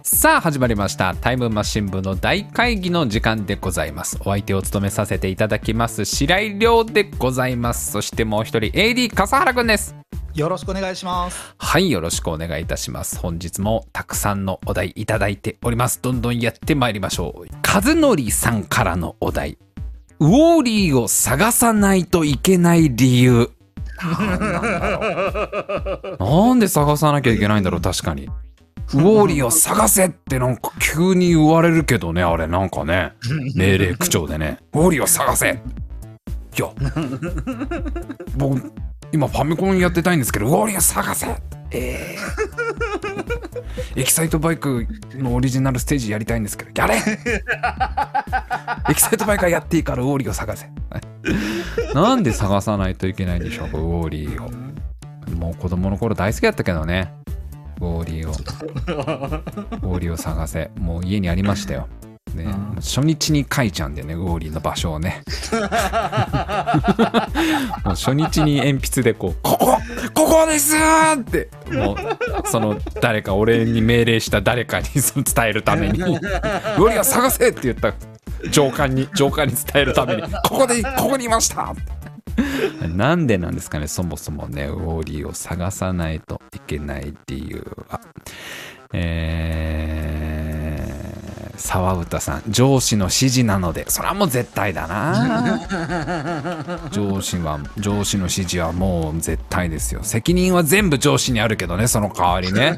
さあ始まりましたタイムマシン部の大会議の時間でございます。お相手を務めさせていただきます白井亮でございます。そしてもう一人 AD 笠原くんです。 よろしくお願いします。 はい、よろしくお願いいたします。本日もたくさんのお題いただいております。どんどんやってまいりましょう。和則さんからのお題、ウォーリーを探さないといけない理由。なんで探さなきゃいけないんだろう。確かにウォーリーを探せってなんか急に言われるけどね、あれなんかね、命令口調でね、ウォーリーを探せ。いや僕今ファミコンやってたいんですけど、ウォーリーを探せ。エキサイトバイクのオリジナルステージやりたいんですけど、やれ。エキサイトバイクはやっていいからウォーリーを探せ。なんで探さないといけないんでしょうか、ウォーリーを。もう子供の頃大好きだったけどね、ウォーリーを探せ。もう家にありましたよ、ね、初日に書いちゃうんだよね、ウォーリーの場所をね。もう初日に鉛筆でここですーって、もうその誰か、俺に命令した誰かにその伝えるためにウォーリーを探せって言った上官に伝えるためにここにいましたって。なんでなんですかね、そもそもね、ウォーリーを探さないといけない理由は。沢歌さん、上司の指示なので。それはもう絶対だな。上司の指示はもう絶対ですよ。責任は全部上司にあるけどね、その代わりね。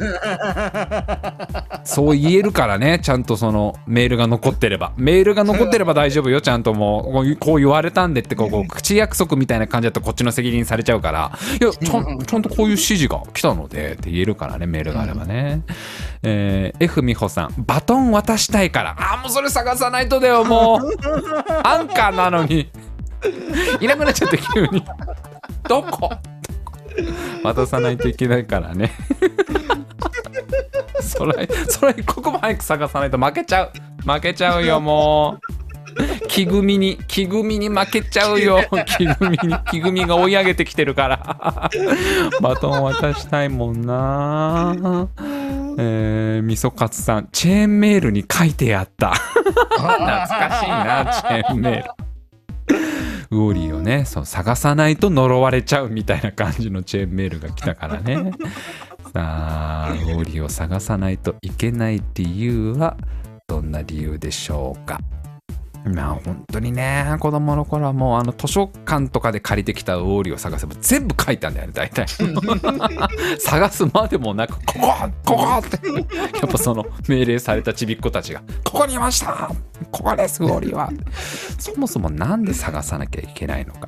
そう言えるからね、ちゃんとそのメールが残ってれば大丈夫よ。ちゃんともうこう言われたんでってこう口約束みたいな感じだとこっちの責任されちゃうから、いやちゃんとこういう指示が来たのでって言えるからね、メールがあればね。F 美穂さん、バトン渡したいから。もうそれ探さないとだよ。もうアンカーなのにいなくなっちゃって急にどこ渡さないといけないからね。それ一刻も早く探さないと負けちゃうよ。もう木組みに負けちゃうよ。木組みが追い上げてきてるからバトン渡したいもんな。みそかつさん、チェーンメールに書いてあった。懐かしいな、チェーンメール。ウォーリーをね、そう探さないと呪われちゃうみたいな感じのチェーンメールが来たからね。さあ、ウォーリーを探さないといけない理由はどんな理由でしょうか。本当にね、子供の頃はもう図書館とかで借りてきたウォーリーを探せば全部書いたんだよね、大体。探すまでもなく、ここってやっぱその命令されたちびっ子たちがここにいました、ここです、ウォーリーは。そもそもなんで探さなきゃいけないのか。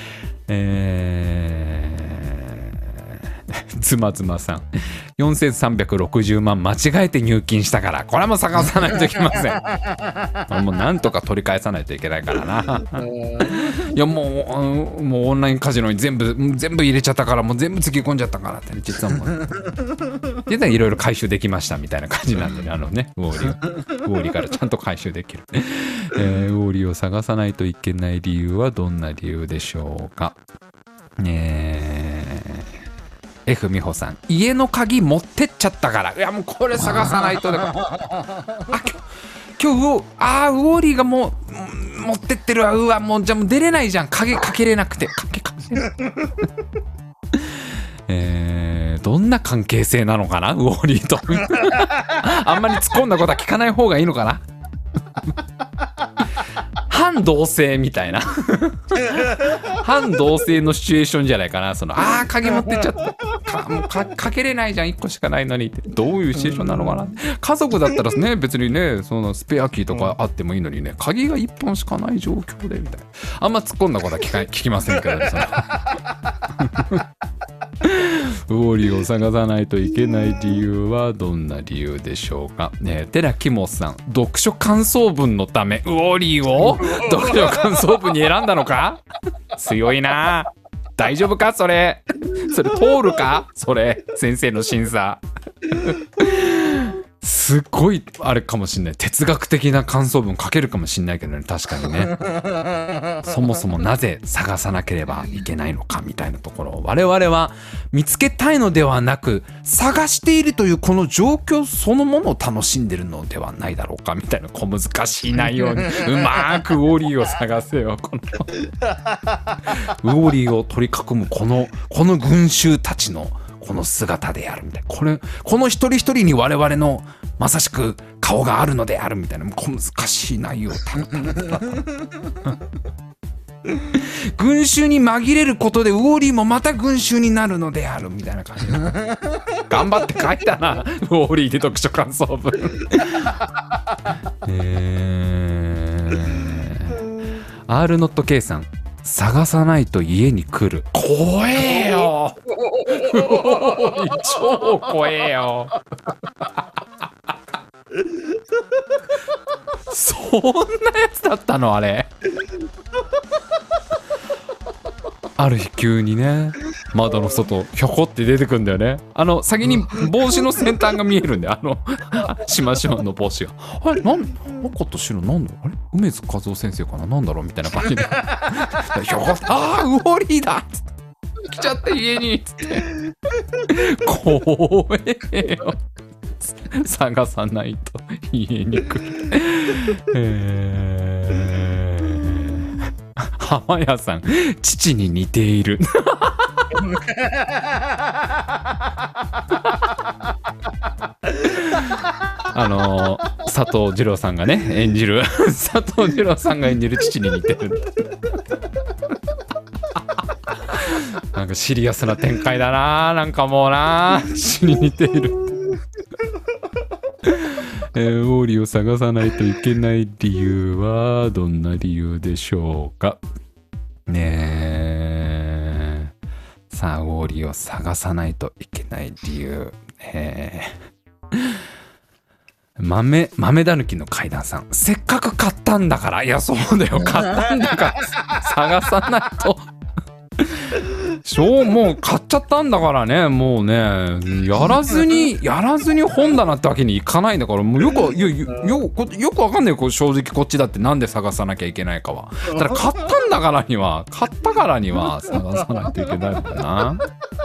ズマズマさん、4360万間違えて入金したから、これも探さないといけません。もうなんとか取り返さないといけないからな。いやもうオンラインカジノに全部入れちゃったから、もう全部つぎ込んじゃったからって、実はもういろいろ回収できましたみたいな感じなんでね、ウォーリーからちゃんと回収できる。ウォーリーを探さないといけない理由はどんな理由でしょうか。F 美穂さん、家の鍵持ってっちゃったから。いやもうこれ探さないとだから今日ウォーリーがもう持ってってるわ。うわ、もうじゃあもう出れないじゃん、鍵かけれなくて。どんな関係性なのかな、ウォーリーと。あんまり突っ込んだことは聞かない方がいいのかな。反同性みたいな反同性のシチュエーションじゃないかな。鍵持ってっちゃったもうかけれないじゃん、1個しかないのにって。どういうシチュエーションなのかな。家族だったらね、別にね、そのスペアキーとかあってもいいのにね、鍵が1本しかない状況でみたいな。あんま突っ込んだことは聞きませんけどね。ウォーリーを探さないといけない理由はどんな理由でしょうか。寺木本さん、読書感想文のためウォーリーを読書感想文に選んだのか。強いな。大丈夫か、それ通るか、それ先生の審査。すすごいあれかもしんない、哲学的な感想文書けるかもしんないけどね、確かにねそもそもなぜ探さなければいけないのかみたいなところを我々は見つけたいのではなく、探しているというこの状況そのものを楽しんでるのではないだろうかみたいな小難しい内容にうまくウォーリーを探せよこのウォーリーを取り囲むこの群衆たちのこの姿であるみたいな、この一人一人に我々のまさしく顔があるのであるみたいな小難しい内容群衆に紛れることでウォーリーもまた群衆になるのであるみたいな感じ頑張って書いたなウォーリーで読書感想文R ノット K さん、探さないと家に来る。怖えよ超怖えよそんなやつだったのあれ。ある日急にね、窓の外ひょこって出てくんだよね。先に帽子の先端が見えるんで、しましまの帽子があれ、赤と白なんだろう、あれ梅津和夫先生かな、なんだろうみたいな感じでひょこって、あーウォーリーだっつって来ちゃった家にっつって怖えよ探さないと家に来る浜谷さん、父に似ている佐藤二郎さんがね演じる佐藤二郎さんが演じる父に似てるなんかシリアスな展開だな、なんかもうな、父に似ているウォーリーを探さないといけない理由はどんな理由でしょうかね。さあウォーリーを探さないといけない理由、豆だぬきの階段さん、せっかく買ったんだから。いやそうだよ、買ったんだから探さないともう買っちゃったんだからね、もうねやらずに本棚ってわけにいかないんだから、もうよくわかんないよ正直こっちだってなんで探さなきゃいけないかは。ただ買ったからには探さないといけないのかな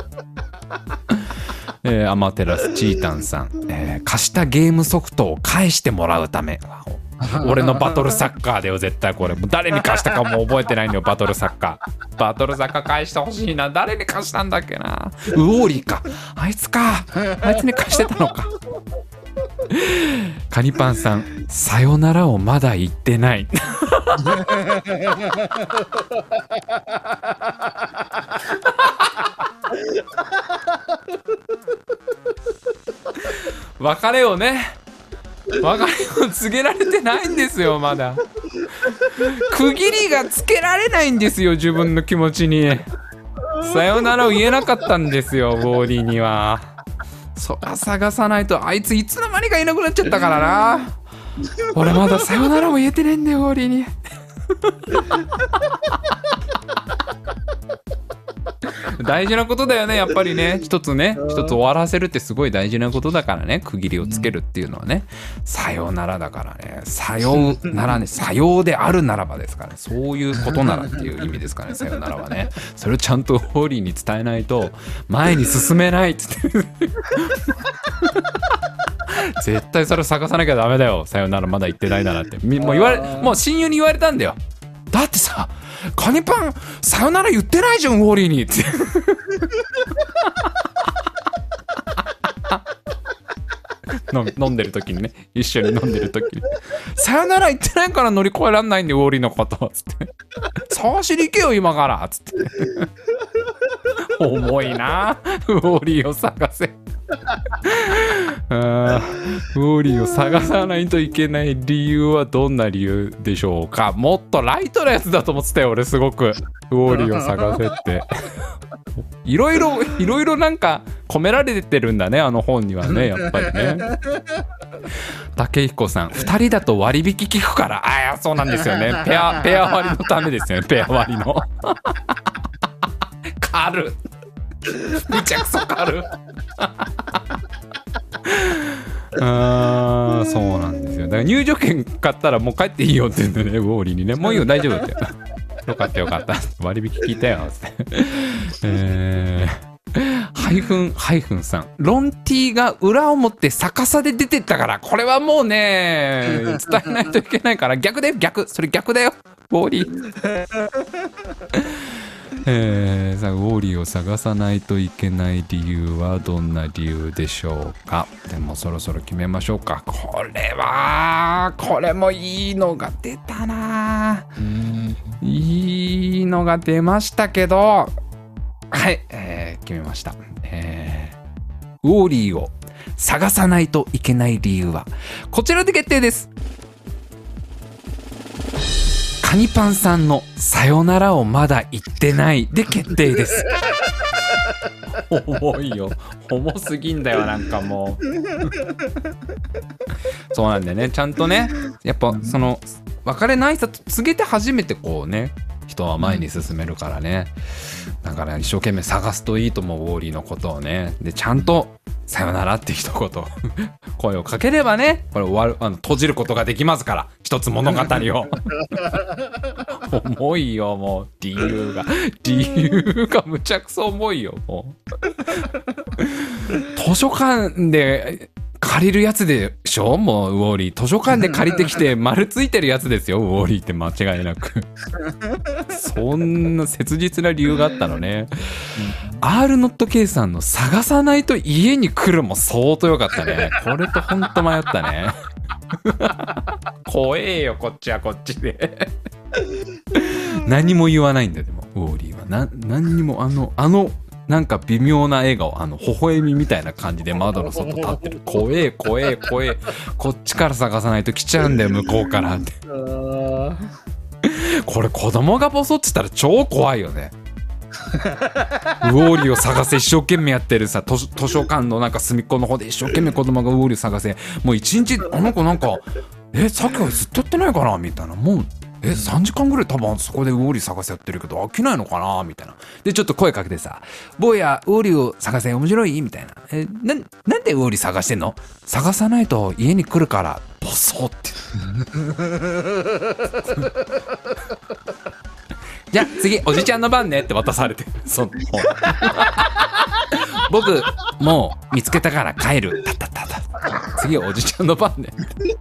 アマテラスチータンさん、貸したゲームソフトを返してもらうため俺のバトルサッカーだよ絶対これ。もう誰に貸したかも覚えてないんだよバトルサッカー返してほしいな。誰に貸したんだっけな、ウォーリーか、あいつに貸してたのかカニパンさん、さよならをまだ言ってない別れを告げられてないんですよ。まだ区切りがつけられないんですよ、自分の気持ちに。さよならを言えなかったんですよウォーリーには。そら探さないと、あいついつの間にかいなくなっちゃったからな。俺まださよならも言えてねえんだよウォーリーに大事なことだよねやっぱりね。一つ終わらせるってすごい大事なことだからね。区切りをつけるっていうのはね、さよならだからね。さようならね、さようであるならばですからね。そういうことならっていう意味ですからね、さよならはね。それをちゃんとホーリーに伝えないと前に進めないっつって絶対それを探さなきゃダメだよ、さよならまだ言ってないならって。もう親友に言われたんだよ。だってさ、カニパンさよなら言ってないじゃんウォーリーにって飲んでる時にね、一緒に飲んでる時にさよなら言ってないから乗り越えらんないんでウォーリーのことつって探しに行けよ今からつって重いなウォーリーを探せウォーリーを探さないといけない理由はどんな理由でしょうか。もっとライトなやつだと思ってたよ俺、すごくウォーリーを探せっていろいろなんか込められてるんだね、あの本にはね、やっぱりね。竹彦さん、2人だと割引効くから。あ、いやそうなんですよね、ペア割りのためですよね、ペア割りの軽めちゃくそ軽そうなんですよ。だから入場券買ったらもう帰っていいよって言うんだよね、ウォーリーにね。もういいよ、大丈夫って。よかったよかった。割引聞いたよって。ハイフンさん。ロンティーが裏表逆さで出てったから、これはもうね、伝えないといけないから、逆だよ、逆。それ逆だよ、ウォーリー。さあウォーリーを探さないといけない理由はどんな理由でしょうか。でもそろそろ決めましょうか。これもいいのが出たな。いいのが出ましたけど、はい、決めました。ウォーリーを探さないといけない理由はこちらで決定です。カニパンさんのさよならをまだ言ってないで決定です。重いよ、重すぎんだよ、なんかもう。そうなんだよね、ちゃんとね、やっぱその別れの挨拶告げて初めてこうね、人は前に進めるからね。だから一生懸命探すといいと思う、ウォーリーのことをね。でちゃんとさよならって一言声をかければね、これ閉じることができますから、一つ物語を。重いよ、もう理由がむちゃくそ重いよ、もう。図書館で借りるやつでしょ、もうウォーリー図書館で借りてきて丸ついてるやつですよ、ウォーリーって間違いなく。そんな切実な理由があったのね。アールノット K さんの探さないと家に来るも相当良かったね。これとほんと迷ったね。怖えよ、こっちはこっちで。何も言わないんだよ、でもウォーリーは何にもなんか微妙な笑顔、微笑みみたいな感じで窓の外立ってる。怖えこっちから探さないと来ちゃうんだよ、向こうからって。これ子供がボソって言ったら超怖いよね。ウォーリーを探せ一生懸命やってるさ、図書館のなんか隅っこの方で一生懸命子供がウォーリーを探せ、もう一日あの子なんかさっきからずっとやってないかなみたいな、もう3時間ぐらい多分そこでウォーリー探せやってるけど飽きないのかなみたいな。でちょっと声かけてさ、坊やウォーリーを探せ面白いみたいな。なんでウォーリー探してんの？探さないと家に来るからボソってじゃあ次おじちゃんの番ねって渡されて僕もう見つけたから帰る、た次おじちゃんの番ね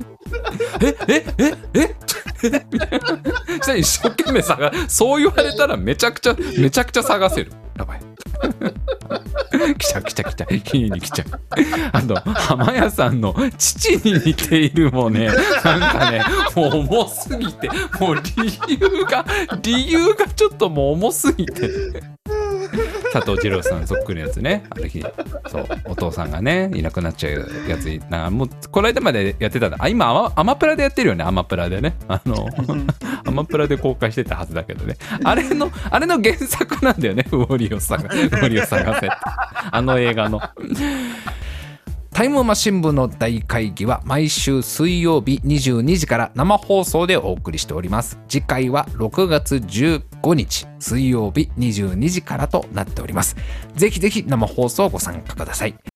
みたいな。したら一生懸命そう言われたらめちゃくちゃ探せる。やばい。来ちゃ家に来ちゃう。あと浜屋さんの父に似ているもね、なんかね、もう重すぎて、もう理由がちょっともう重すぎて。佐藤二朗さんそっくりのやつね。ある日そうお父さんがねいなくなっちゃうやつもうこの間までやってたんだ。今アマプラでやってるよね。アマプラでねアマプラで公開してたはずだけどね、あれの原作なんだよね。ウォーリーを探せってあの映画の。タイムマシン部の大会議は毎週水曜日22時から生放送でお送りしております。次回は6月15日水曜日22時からとなっております。ぜひぜひ生放送ご参加ください。